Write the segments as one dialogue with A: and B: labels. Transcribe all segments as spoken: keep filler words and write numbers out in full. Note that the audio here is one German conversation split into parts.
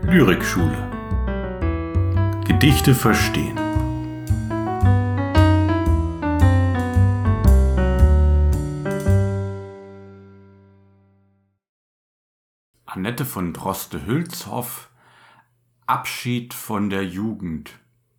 A: Lyrikschule. Gedichte verstehen. Annette von Droste-Hülshoff, Abschied von der Jugend.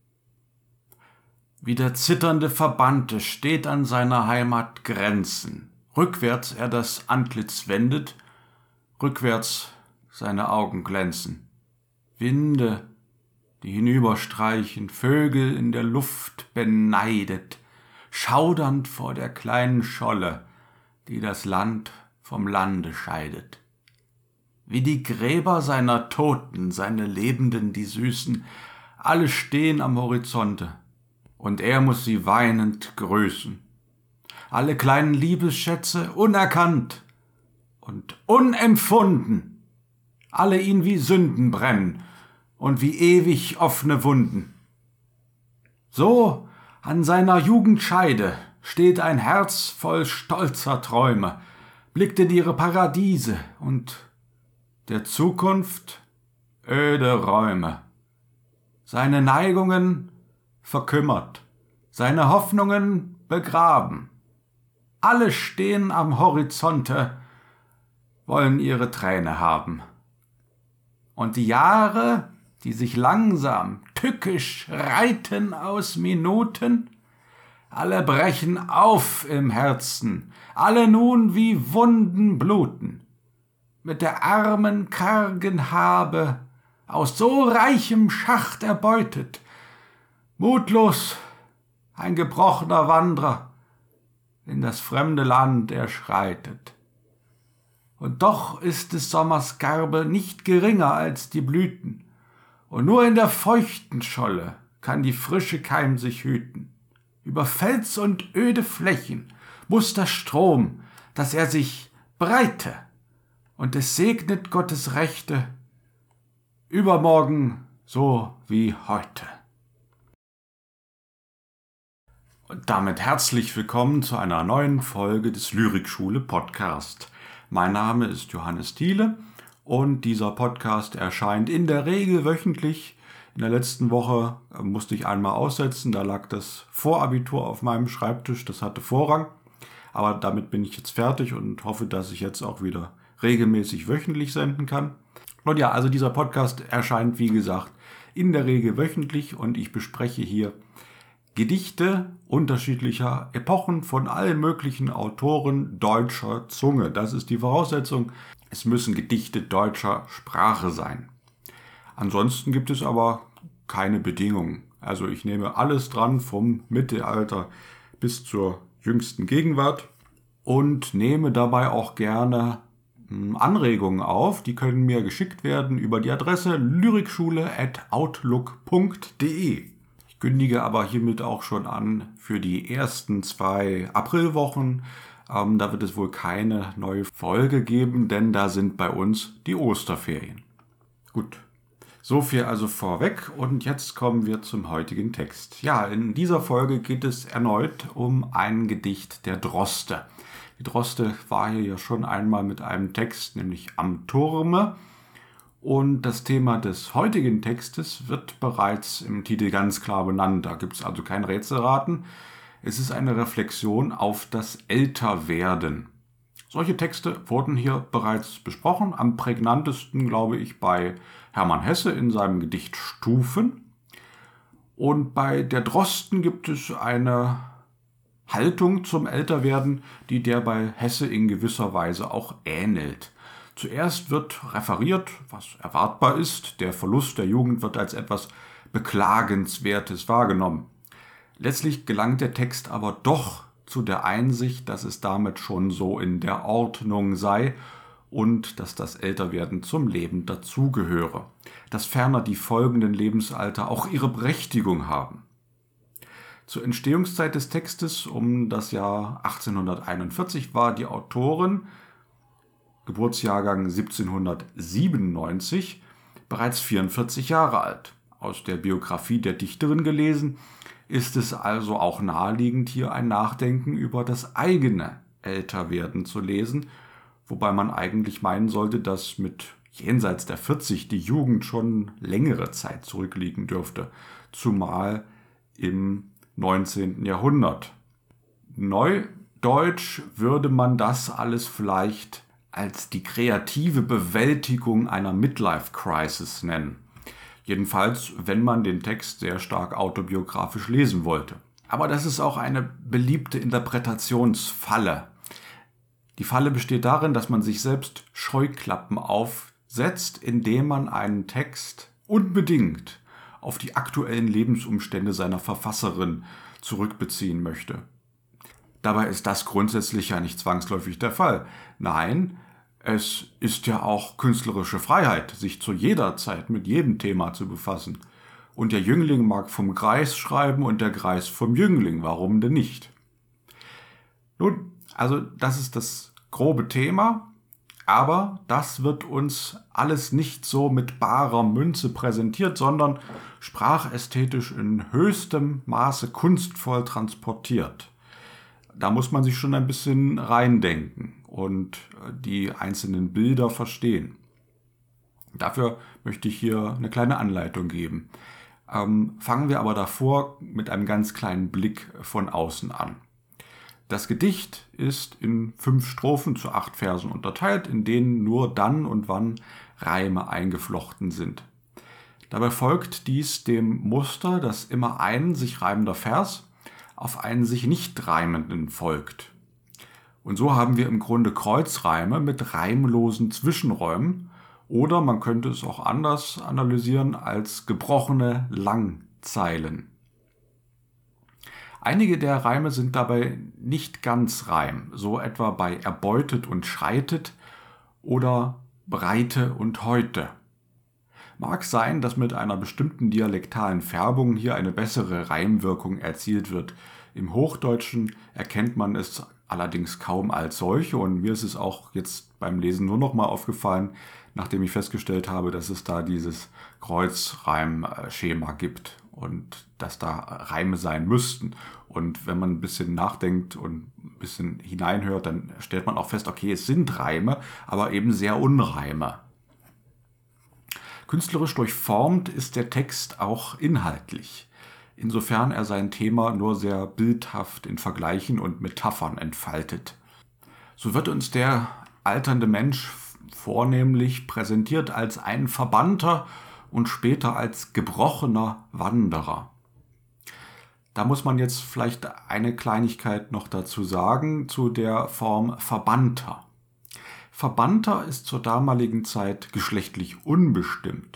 A: Wie der zitternde Verbannte steht an seiner Heimat Grenzen, rückwärts er das Antlitz wendet, rückwärts seine Augen glänzen. Winde, die hinüberstreichen, Vögel in der Luft beneidet, schaudernd vor der kleinen Scholle, die das Land vom Lande scheidet. Wie die Gräber seiner Toten, seine Lebenden, die Süßen, alle stehen am Horizonte, und er muss sie weinend grüßen. Alle kleinen Liebesschätze unerkannt und unempfunden, alle ihn wie Sünden brennen und wie ewig offene Wunden. So an seiner Jugend Scheide steht ein Herz voll stolzer Träume, blickt in ihre Paradiese und der Zukunft öde Räume. Seine Neigungen verkümmert, seine Hoffnungen begraben. Alle stehen am Horizonte, wollen ihre Träne haben. Und die Jahre, die sich langsam, tückisch reiten aus Minuten, alle brechen auf im Herzen, alle nun wie Wunden bluten. Mit der armen, kargen Habe, aus so reichem Schacht erbeutet, mutlos ein gebrochener Wandrer in das fremde Land er schreitet. Und doch ist des Sommers Garbe nicht geringer als die Blüten, und nur in der feuchten Scholle kann die frische Keim sich hüten. Über Fels und öde Flächen muß der Strom, dass er sich breite, und es segnet Gottes Rechte, übermorgen so wie heute. Und damit herzlich willkommen zu einer neuen Folge des Lyrikschule Podcast. Mein Name ist Johannes Thiele und dieser Podcast erscheint in der Regel wöchentlich. In der letzten Woche musste ich einmal aussetzen, da lag das Vorabitur auf meinem Schreibtisch, das hatte Vorrang. Aber damit bin ich jetzt fertig und hoffe, dass ich jetzt auch wieder regelmäßig wöchentlich senden kann. Und ja, also dieser Podcast erscheint, wie gesagt, in der Regel wöchentlich und ich bespreche hier Gedichte unterschiedlicher Epochen von allen möglichen Autoren deutscher Zunge. Das ist die Voraussetzung. Es müssen Gedichte deutscher Sprache sein. Ansonsten gibt es aber keine Bedingungen. Also ich nehme alles dran vom Mittelalter bis zur jüngsten Gegenwart und nehme dabei auch gerne Anregungen auf. Die können mir geschickt werden über die Adresse lyrikschule at outlook punkt de. Ich kündige aber hiermit auch schon an für die ersten zwei Aprilwochen. Ähm, da wird es wohl keine neue Folge geben, denn da sind bei uns die Osterferien. Gut, so viel also vorweg und jetzt kommen wir zum heutigen Text. Ja, in dieser Folge geht es erneut um ein Gedicht der Droste. Die Droste war hier ja schon einmal mit einem Text, nämlich Am Turme. Und das Thema des heutigen Textes wird bereits im Titel ganz klar benannt. Da gibt es also kein Rätselraten. Es ist eine Reflexion auf das Älterwerden. Solche Texte wurden hier bereits besprochen. Am prägnantesten, glaube ich, bei Hermann Hesse in seinem Gedicht Stufen. Und bei der Drosten gibt es eine Haltung zum Älterwerden, die der bei Hesse in gewisser Weise auch ähnelt. Zuerst wird referiert, was erwartbar ist. Der Verlust der Jugend wird als etwas Beklagenswertes wahrgenommen. Letztlich gelangt der Text aber doch zu der Einsicht, dass es damit schon so in der Ordnung sei und dass das Älterwerden zum Leben dazugehöre. Dass ferner die folgenden Lebensalter auch ihre Berechtigung haben. Zur Entstehungszeit des Textes um das Jahr achtzehnhunderteinundvierzig war die Autorin, Geburtsjahrgang siebzehnhundertsiebenundneunzig, bereits vierundvierzig Jahre alt. Aus der Biografie der Dichterin gelesen, ist es also auch naheliegend, hier ein Nachdenken über das eigene Älterwerden zu lesen, wobei man eigentlich meinen sollte, dass mit jenseits der vierzig die Jugend schon längere Zeit zurückliegen dürfte, zumal im neunzehnten Jahrhundert. Neudeutsch würde man das alles vielleicht als die kreative Bewältigung einer Midlife-Crisis nennen. Jedenfalls, wenn man den Text sehr stark autobiografisch lesen wollte. Aber das ist auch eine beliebte Interpretationsfalle. Die Falle besteht darin, dass man sich selbst Scheuklappen aufsetzt, indem man einen Text unbedingt auf die aktuellen Lebensumstände seiner Verfasserin zurückbeziehen möchte. Dabei ist das grundsätzlich ja nicht zwangsläufig der Fall. Nein, es ist ja auch künstlerische Freiheit, sich zu jeder Zeit mit jedem Thema zu befassen. Und der Jüngling mag vom Greis schreiben und der Greis vom Jüngling. Warum denn nicht? Nun, also das ist das grobe Thema, aber das wird uns alles nicht so mit barer Münze präsentiert, sondern sprachästhetisch in höchstem Maße kunstvoll transportiert. Da muss man sich schon ein bisschen reindenken und die einzelnen Bilder verstehen. Dafür möchte ich hier eine kleine Anleitung geben. Ähm, fangen wir aber davor mit einem ganz kleinen Blick von außen an. Das Gedicht ist in fünf Strophen zu acht Versen unterteilt, in denen nur dann und wann Reime eingeflochten sind. Dabei folgt dies dem Muster, dass immer ein sich reimender Vers auf einen sich nicht reimenden folgt. Und so haben wir im Grunde Kreuzreime mit reimlosen Zwischenräumen oder man könnte es auch anders analysieren als gebrochene Langzeilen. Einige der Reime sind dabei nicht ganz Reim, so etwa bei erbeutet und schreitet oder breite und heute. Mag sein, dass mit einer bestimmten dialektalen Färbung hier eine bessere Reimwirkung erzielt wird. Im Hochdeutschen erkennt man es allerdings kaum als solche und mir ist es auch jetzt beim Lesen nur noch mal aufgefallen, nachdem ich festgestellt habe, dass es da dieses Kreuzreimschema gibt und dass da Reime sein müssten. Und wenn man ein bisschen nachdenkt und ein bisschen hineinhört, dann stellt man auch fest, okay, es sind Reime, aber eben sehr Unreime. Künstlerisch durchformt ist der Text auch inhaltlich, insofern er sein Thema nur sehr bildhaft in Vergleichen und Metaphern entfaltet. So wird uns der alternde Mensch vornehmlich präsentiert als ein verbannter und später als gebrochener Wanderer. Da muss man jetzt vielleicht eine Kleinigkeit noch dazu sagen, zu der Form Verbannter. Verbannter ist zur damaligen Zeit geschlechtlich unbestimmt.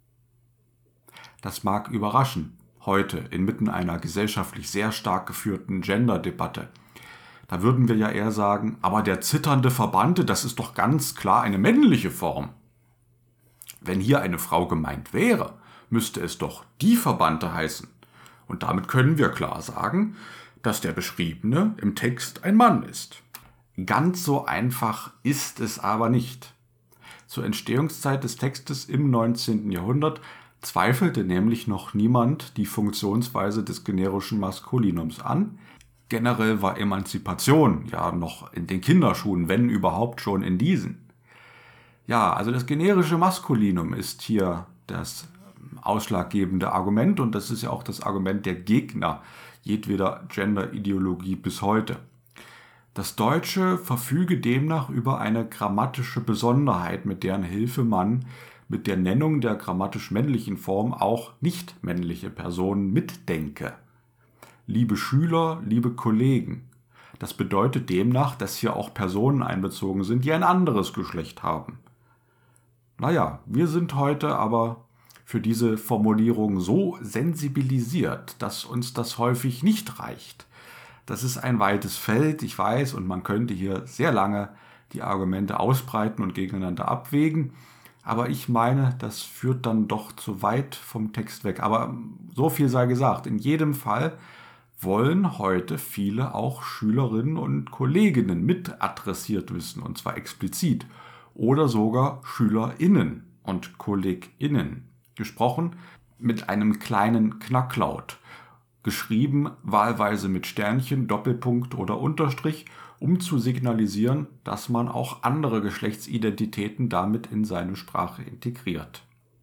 A: Das mag überraschen, heute inmitten einer gesellschaftlich sehr stark geführten Gender-Debatte. Da würden wir ja eher sagen, aber der zitternde Verbannte, das ist doch ganz klar eine männliche Form. Wenn hier eine Frau gemeint wäre, müsste es doch die Verbannte heißen. Und damit können wir klar sagen, dass der Beschriebene im Text ein Mann ist. Ganz so einfach ist es aber nicht. Zur Entstehungszeit des Textes im neunzehnten Jahrhundert zweifelte nämlich noch niemand die Funktionsweise des generischen Maskulinums an. Generell war Emanzipation ja noch in den Kinderschuhen, wenn überhaupt schon in diesen. Ja, also das generische Maskulinum ist hier das ausschlaggebende Argument und das ist ja auch das Argument der Gegner jedweder Gender-Ideologie bis heute. Das Deutsche verfüge demnach über eine grammatische Besonderheit, mit deren Hilfe man mit der Nennung der grammatisch männlichen Form auch nicht männliche Personen mitdenke. Liebe Schüler, liebe Kollegen. Das bedeutet demnach, dass hier auch Personen einbezogen sind, die ein anderes Geschlecht haben. Naja, wir sind heute aber für diese Formulierung so sensibilisiert, dass uns das häufig nicht reicht. Das ist ein weites Feld, ich weiß, und man könnte hier sehr lange die Argumente ausbreiten und gegeneinander abwägen. Aber ich meine, das führt dann doch zu weit vom Text weg. Aber so viel sei gesagt, in jedem Fall wollen heute viele auch Schülerinnen und Kolleginnen mit adressiert wissen, und zwar explizit. Oder sogar SchülerInnen und KollegInnen. Gesprochen mit einem kleinen Knacklaut. Geschrieben wahlweise mit Sternchen, Doppelpunkt oder Unterstrich um zu signalisieren, dass man auch andere Geschlechtsidentitäten damit in seine Sprache integriert.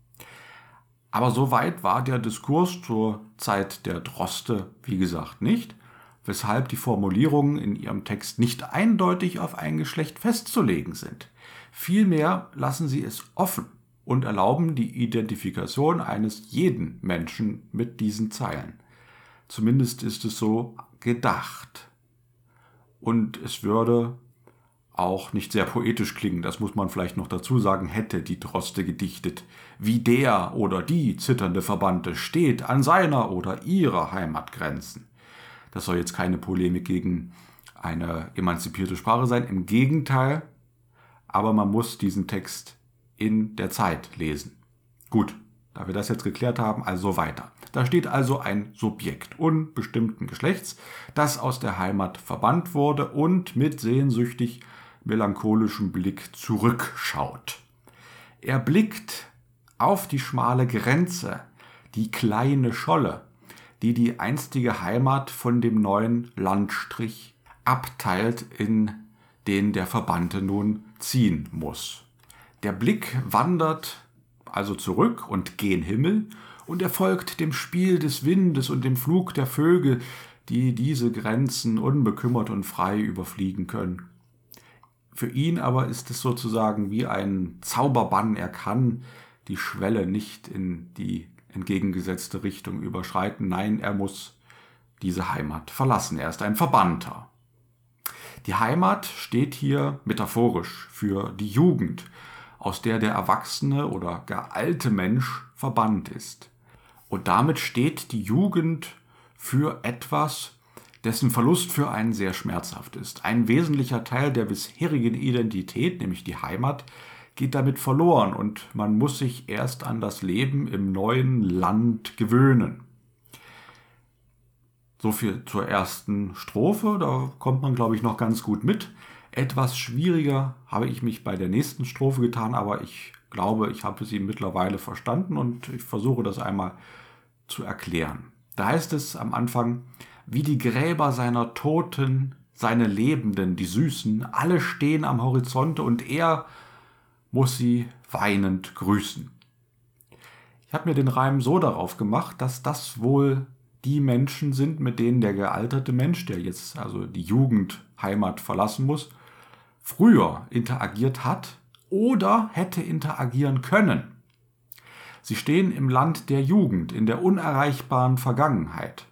A: Aber so weit war der Diskurs zur Zeit der Droste, wie gesagt, nicht, weshalb die Formulierungen in ihrem Text nicht eindeutig auf ein Geschlecht festzulegen sind. Vielmehr lassen sie es offen und erlauben die Identifikation eines jeden Menschen mit diesen Zeilen. Zumindest ist es so gedacht. Und es würde auch nicht sehr poetisch klingen, das muss man vielleicht noch dazu sagen, hätte die Droste gedichtet, wie der oder die zitternde Verbannte steht an seiner oder ihrer Heimatgrenzen. Das soll jetzt keine Polemik gegen eine emanzipierte Sprache sein, im Gegenteil, aber man muss diesen Text in der Zeit lesen. Gut, da wir das jetzt geklärt haben, also weiter. Da steht also ein Subjekt unbestimmten Geschlechts, das aus der Heimat verbannt wurde und mit sehnsüchtig melancholischem Blick zurückschaut. Er blickt auf die schmale Grenze, die kleine Scholle, die die einstige Heimat von dem neuen Landstrich abteilt, in den der Verbannte nun ziehen muss. Der Blick wandert also zurück und gen Himmel und er folgt dem Spiel des Windes und dem Flug der Vögel, die diese Grenzen unbekümmert und frei überfliegen können. Für ihn aber ist es sozusagen wie ein Zauberbann. Er kann die Schwelle nicht in die entgegengesetzte Richtung überschreiten. Nein, er muss diese Heimat verlassen. Er ist ein Verbannter. Die Heimat steht hier metaphorisch für die Jugend, aus der der erwachsene oder gar alte Mensch verbannt ist. Und damit steht die Jugend für etwas, dessen Verlust für einen sehr schmerzhaft ist. Ein wesentlicher Teil der bisherigen Identität, nämlich die Heimat, geht damit verloren und man muss sich erst an das Leben im neuen Land gewöhnen. So viel zur ersten Strophe, da kommt man, glaube ich, noch ganz gut mit. Etwas schwieriger habe ich mich bei der nächsten Strophe getan, aber ich glaube, ich habe sie mittlerweile verstanden und ich versuche das einmal zu erklären. Da heißt es am Anfang: Wie die Gräber seiner Toten, seine Lebenden, die Süßen, alle stehen am Horizonte und er muss sie weinend grüßen. Ich habe mir den Reim so darauf gemacht, dass das wohl die Menschen sind, mit denen der gealterte Mensch, der jetzt also die Jugendheimat verlassen muss, früher interagiert hat oder hätte interagieren können. Sie stehen im Land der Jugend, in der unerreichbaren Vergangenheit.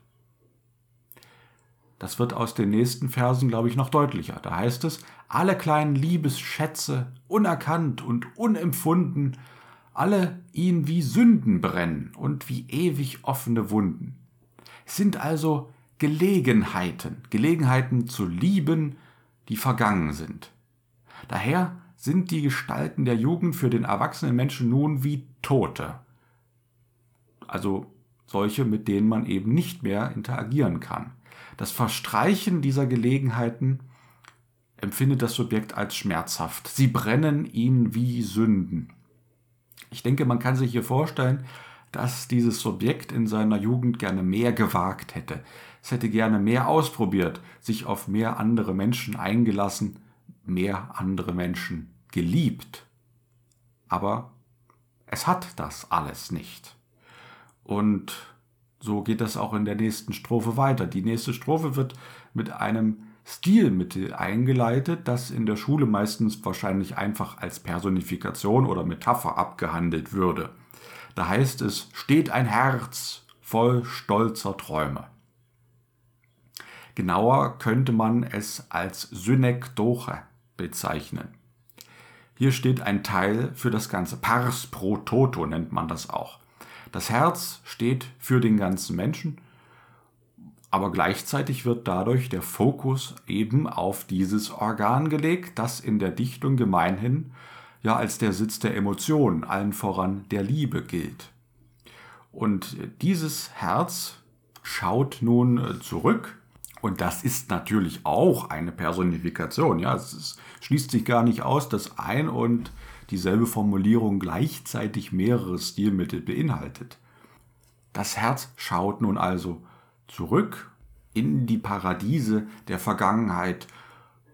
A: Das wird aus den nächsten Versen, glaube ich, noch deutlicher. Da heißt es: Alle kleinen Liebesschätze, unerkannt und unempfunden, alle ihn wie Sünden brennen und wie ewig offene Wunden. Es sind also Gelegenheiten, Gelegenheiten zu lieben, die vergangen sind. Daher sind die Gestalten der Jugend für den erwachsenen Menschen nun wie Tote. Also solche, mit denen man eben nicht mehr interagieren kann. Das Verstreichen dieser Gelegenheiten empfindet das Subjekt als schmerzhaft. Sie brennen ihn wie Sünden. Ich denke, man kann sich hier vorstellen, dass dieses Subjekt in seiner Jugend gerne mehr gewagt hätte. Es hätte gerne mehr ausprobiert, sich auf mehr andere Menschen eingelassen, mehr andere Menschen geliebt. Aber es hat das alles nicht. Und so geht das auch in der nächsten Strophe weiter. Die nächste Strophe wird mit einem Stilmittel eingeleitet, das in der Schule meistens wahrscheinlich einfach als Personifikation oder Metapher abgehandelt würde. Da heißt es: Steht ein Herz voll stolzer Träume. Genauer könnte man es als Synekdoche bezeichnen. Hier steht ein Teil für das Ganze. Pars pro toto nennt man das auch. Das Herz steht für den ganzen Menschen, aber gleichzeitig wird dadurch der Fokus eben auf dieses Organ gelegt, das in der Dichtung gemeinhin ja als der Sitz der Emotionen, allen voran der Liebe, gilt. Und dieses Herz schaut nun zurück, und das ist natürlich auch eine Personifikation. Ja, es ist, schließt sich gar nicht aus, dass ein und dieselbe Formulierung gleichzeitig mehrere Stilmittel beinhaltet. Das Herz schaut nun also zurück in die Paradiese der Vergangenheit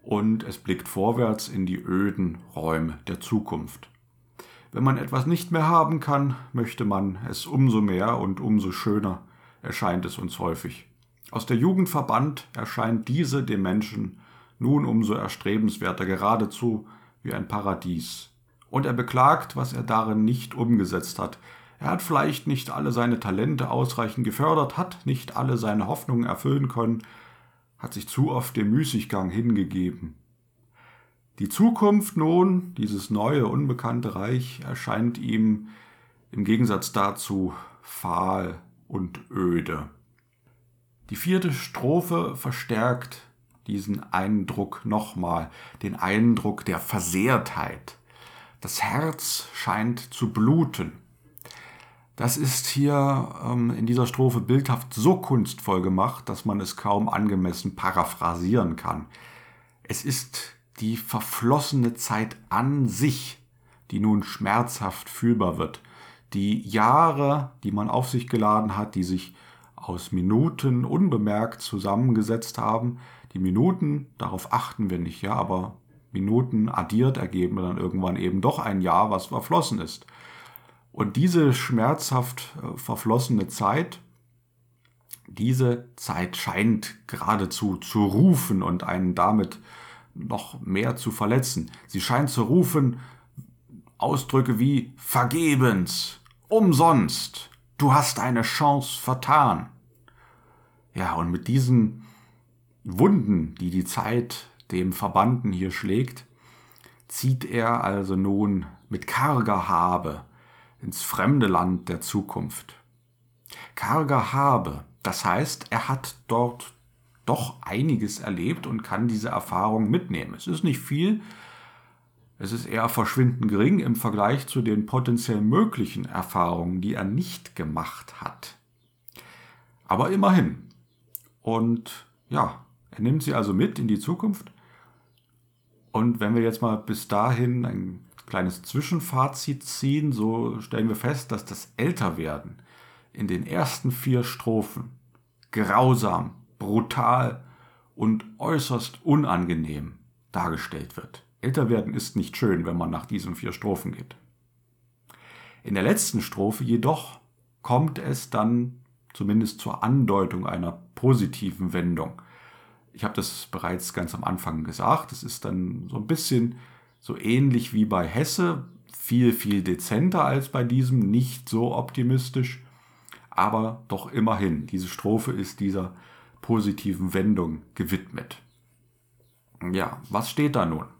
A: und es blickt vorwärts in die öden Räume der Zukunft. Wenn man etwas nicht mehr haben kann, möchte man es umso mehr und umso schöner erscheint es uns häufig. Aus der Jugend verbannt erscheint diese dem Menschen nun umso erstrebenswerter, geradezu wie ein Paradies. Und er beklagt, was er darin nicht umgesetzt hat. Er hat vielleicht nicht alle seine Talente ausreichend gefördert, hat nicht alle seine Hoffnungen erfüllen können, hat sich zu oft dem Müßiggang hingegeben. Die Zukunft nun, dieses neue, unbekannte Reich, erscheint ihm im Gegensatz dazu fahl und öde. Die vierte Strophe verstärkt diesen Eindruck nochmal, den Eindruck der Versehrtheit. Das Herz scheint zu bluten. Das ist hier ähm, in dieser Strophe bildhaft so kunstvoll gemacht, dass man es kaum angemessen paraphrasieren kann. Es ist die verflossene Zeit an sich, die nun schmerzhaft fühlbar wird. Die Jahre, die man auf sich geladen hat, die sich aus Minuten unbemerkt zusammengesetzt haben. Die Minuten, darauf achten wir nicht, ja, aber Minuten addiert ergeben dann irgendwann eben doch ein Jahr, was verflossen ist. Und diese schmerzhaft verflossene Zeit, diese Zeit scheint geradezu zu rufen und einen damit noch mehr zu verletzen. Sie scheint zu rufen Ausdrücke wie vergebens, umsonst, du hast eine Chance vertan. Ja, und mit diesen Wunden, die die Zeit dem Verbannten hier schlägt, zieht er also nun mit karger Habe ins fremde Land der Zukunft. Karger Habe, das heißt, er hat dort doch einiges erlebt und kann diese Erfahrung mitnehmen. Es ist nicht viel, es ist eher verschwindend gering im Vergleich zu den potenziell möglichen Erfahrungen, die er nicht gemacht hat. Aber immerhin. Und ja, er nimmt sie also mit in die Zukunft. Und wenn wir jetzt mal bis dahin ein kleines Zwischenfazit ziehen, so stellen wir fest, dass das Älterwerden in den ersten vier Strophen grausam, brutal und äußerst unangenehm dargestellt wird. Älterwerden ist nicht schön, wenn man nach diesen vier Strophen geht. In der letzten Strophe jedoch kommt es dann zumindest zur Andeutung einer positiven Wendung. Ich habe das bereits ganz am Anfang gesagt, es ist dann so ein bisschen so ähnlich wie bei Hesse, viel, viel dezenter als bei diesem, nicht so optimistisch, aber doch immerhin, diese Strophe ist dieser positiven Wendung gewidmet. Ja, was steht da nun?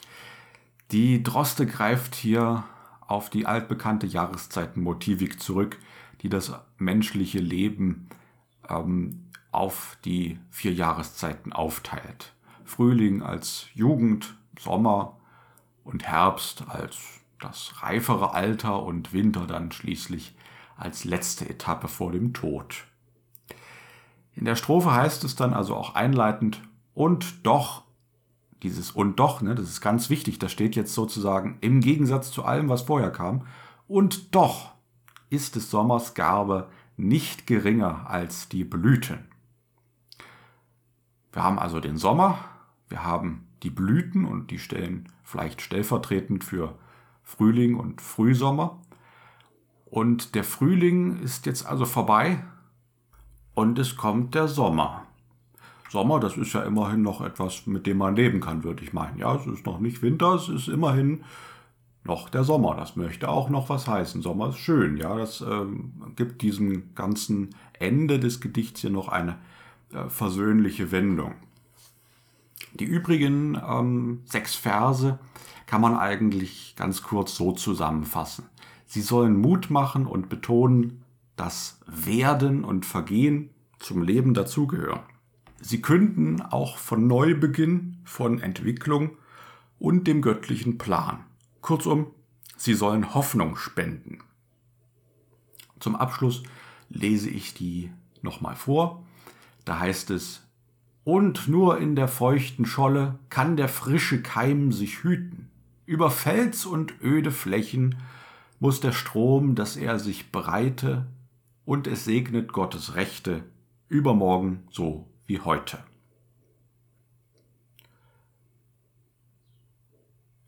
A: Die Droste greift hier auf die altbekannte Jahreszeitenmotivik zurück, die das menschliche Leben ähm, auf die vier Jahreszeiten aufteilt. Frühling als Jugend, Sommer und Herbst als das reifere Alter und Winter dann schließlich als letzte Etappe vor dem Tod. In der Strophe heißt es dann also auch einleitend, und doch, dieses und doch, ne, das ist ganz wichtig, das steht jetzt sozusagen im Gegensatz zu allem, was vorher kam, und doch ist des Sommers Garbe nicht geringer als die Blüten. Wir haben also den Sommer, wir haben die Blüten und die stellen vielleicht stellvertretend für Frühling und Frühsommer. Und der Frühling ist jetzt also vorbei und es kommt der Sommer. Sommer, das ist ja immerhin noch etwas, mit dem man leben kann, würde ich meinen. Ja, es ist noch nicht Winter, es ist immerhin noch der Sommer. Das möchte auch noch was heißen. Sommer ist schön, ja, das ähm, gibt diesem ganzen Ende des Gedichts hier noch eine äh, versöhnliche Wendung. Die übrigen ähm, sechs Verse kann man eigentlich ganz kurz so zusammenfassen. Sie sollen Mut machen und betonen, dass Werden und Vergehen zum Leben dazugehören. Sie künden auch von Neubeginn, von Entwicklung und dem göttlichen Plan. Kurzum, sie sollen Hoffnung spenden. Zum Abschluss lese ich die nochmal vor. Da heißt es: Und nur in der feuchten Scholle kann der frische Keim sich hüten. Über Fels und öde Flächen muss der Strom, dass er sich breite, und es segnet Gottes Rechte, übermorgen so wie heute.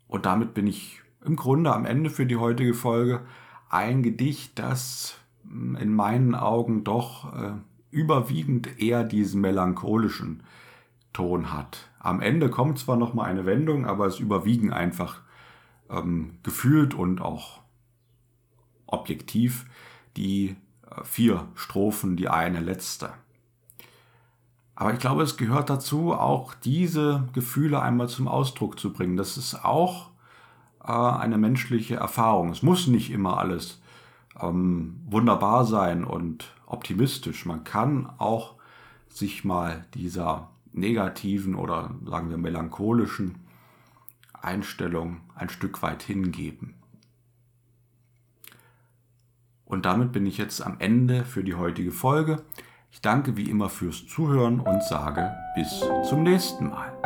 A: Und damit bin ich im Grunde am Ende für die heutige Folge. Ein Gedicht, das in meinen Augen doch äh, überwiegend eher diesen melancholischen Ton hat. Am Ende kommt zwar noch mal eine Wendung, aber es überwiegen einfach ähm, gefühlt und auch objektiv die äh, vier Strophen, die eine letzte. Aber ich glaube, es gehört dazu, auch diese Gefühle einmal zum Ausdruck zu bringen. Das ist auch äh, eine menschliche Erfahrung. Es muss nicht immer alles ähm, wunderbar sein und optimistisch. Man kann auch sich mal dieser negativen oder sagen wir melancholischen Einstellung ein Stück weit hingeben. Und damit bin ich jetzt am Ende für die heutige Folge. Ich danke wie immer fürs Zuhören und sage bis zum nächsten Mal.